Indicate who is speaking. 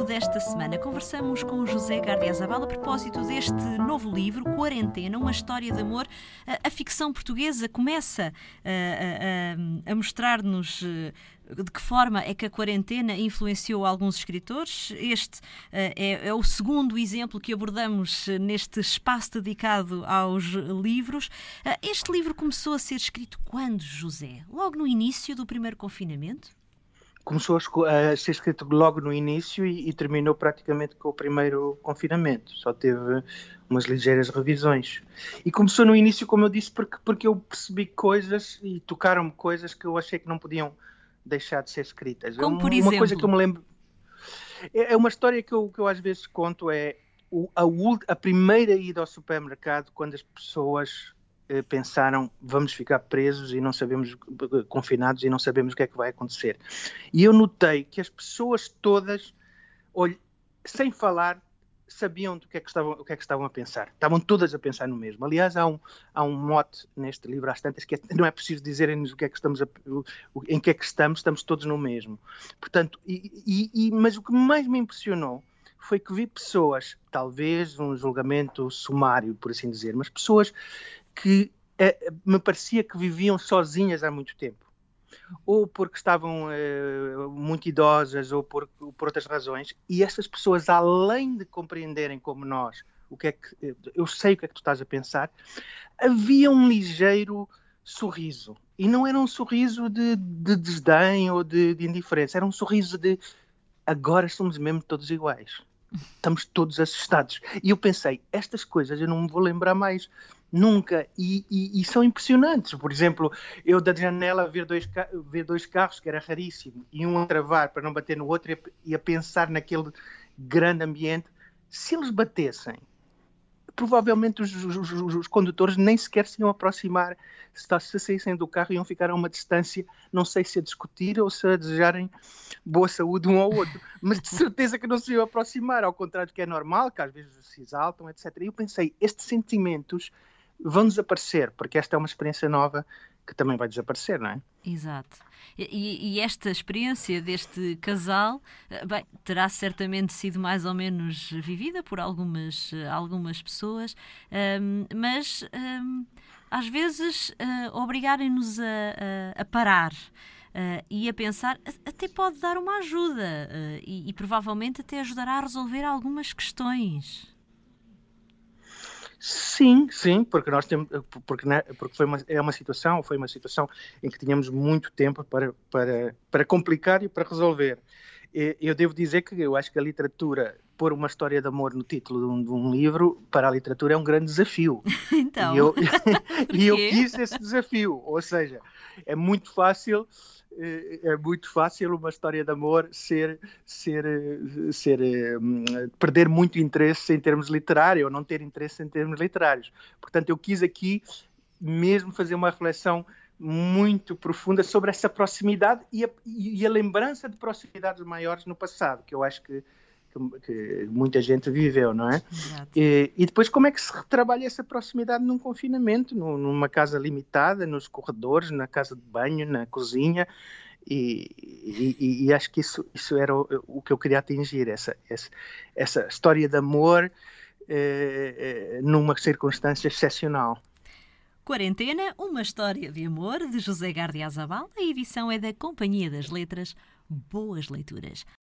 Speaker 1: desta semana conversamos com o José Gardiazabal a propósito deste novo livro, Quarentena, uma história de amor. A ficção portuguesa começa a mostrar-nos de que forma é que a quarentena influenciou alguns escritores. Este é o segundo exemplo que abordamos neste espaço dedicado aos livros. Este livro começou a ser escrito quando, José? Logo no início do primeiro confinamento?
Speaker 2: Começou a ser escrito logo no início e terminou praticamente com o primeiro confinamento. Só teve umas ligeiras revisões. E começou no início, como eu disse, porque eu percebi coisas e tocaram-me coisas que eu achei que não podiam deixar de ser escritas.
Speaker 1: Como por
Speaker 2: Uma
Speaker 1: exemplo?
Speaker 2: coisa que eu me lembro... É uma história que eu às vezes conto, a primeira ida ao supermercado, quando as pessoas pensaram, vamos ficar presos e não sabemos, confinados, e não sabemos o que é que vai acontecer. E eu notei que as pessoas todas, sem falar, sabiam o que é que estavam a pensar. Estavam todas a pensar no mesmo. Aliás, há um mote neste livro, às tantas, que não é preciso dizerem-nos em que é que estamos todos no mesmo. Portanto, mas o que mais me impressionou foi que vi pessoas, talvez um julgamento sumário, por assim dizer, mas pessoas que me parecia que viviam sozinhas há muito tempo. Ou porque estavam muito idosas, ou por outras razões. E essas pessoas, além de compreenderem como nós, eu sei o que é que tu estás a pensar, havia um ligeiro sorriso. E não era um sorriso de desdém ou de indiferença, era um sorriso de agora somos mesmo todos iguais. Estamos todos assustados. E eu pensei, estas coisas eu não me vou lembrar mais nunca. E são impressionantes. Por exemplo, eu da janela ver dois carros, que era raríssimo, e um a travar para não bater no outro e a pensar naquele grande ambiente. Se eles batessem, provavelmente os condutores nem sequer se iam aproximar. Se saíssem do carro, iam ficar a uma distância, não sei se a discutir ou se a desejarem boa saúde um ao outro, mas de certeza que não se iam aproximar, ao contrário do que é normal, que às vezes se exaltam, etc. E eu pensei, estes sentimentos vão desaparecer, porque esta é uma experiência nova que também vai desaparecer, não é?
Speaker 1: Exato. E esta experiência deste casal, bem, terá certamente sido mais ou menos vivida por algumas pessoas, mas às vezes obrigarem-nos a parar e a pensar, até pode dar uma ajuda e provavelmente até ajudará a resolver algumas questões.
Speaker 2: Sim, porque nós temos, porque foi uma situação em que tínhamos muito tempo para complicar e para resolver. Eu devo dizer que eu acho que a literatura, pôr uma história de amor no título de um livro, para a literatura é um grande desafio.
Speaker 1: Então,
Speaker 2: E eu quis esse desafio, ou seja, é muito fácil uma história de amor perder muito interesse em termos literários, ou não ter interesse em termos literários. Portanto, eu quis aqui mesmo fazer uma reflexão muito profunda sobre essa proximidade e a lembrança de proximidades maiores no passado, que eu acho que muita gente viveu, não é? E depois como é que se retrabalha essa proximidade num confinamento, numa casa limitada, nos corredores, na casa de banho, na cozinha, e acho que isso era o que eu queria atingir, essa história de amor numa circunstância excepcional.
Speaker 1: Quarentena, uma história de amor, de José Gardiazabal. A edição é da Companhia das Letras. Boas leituras.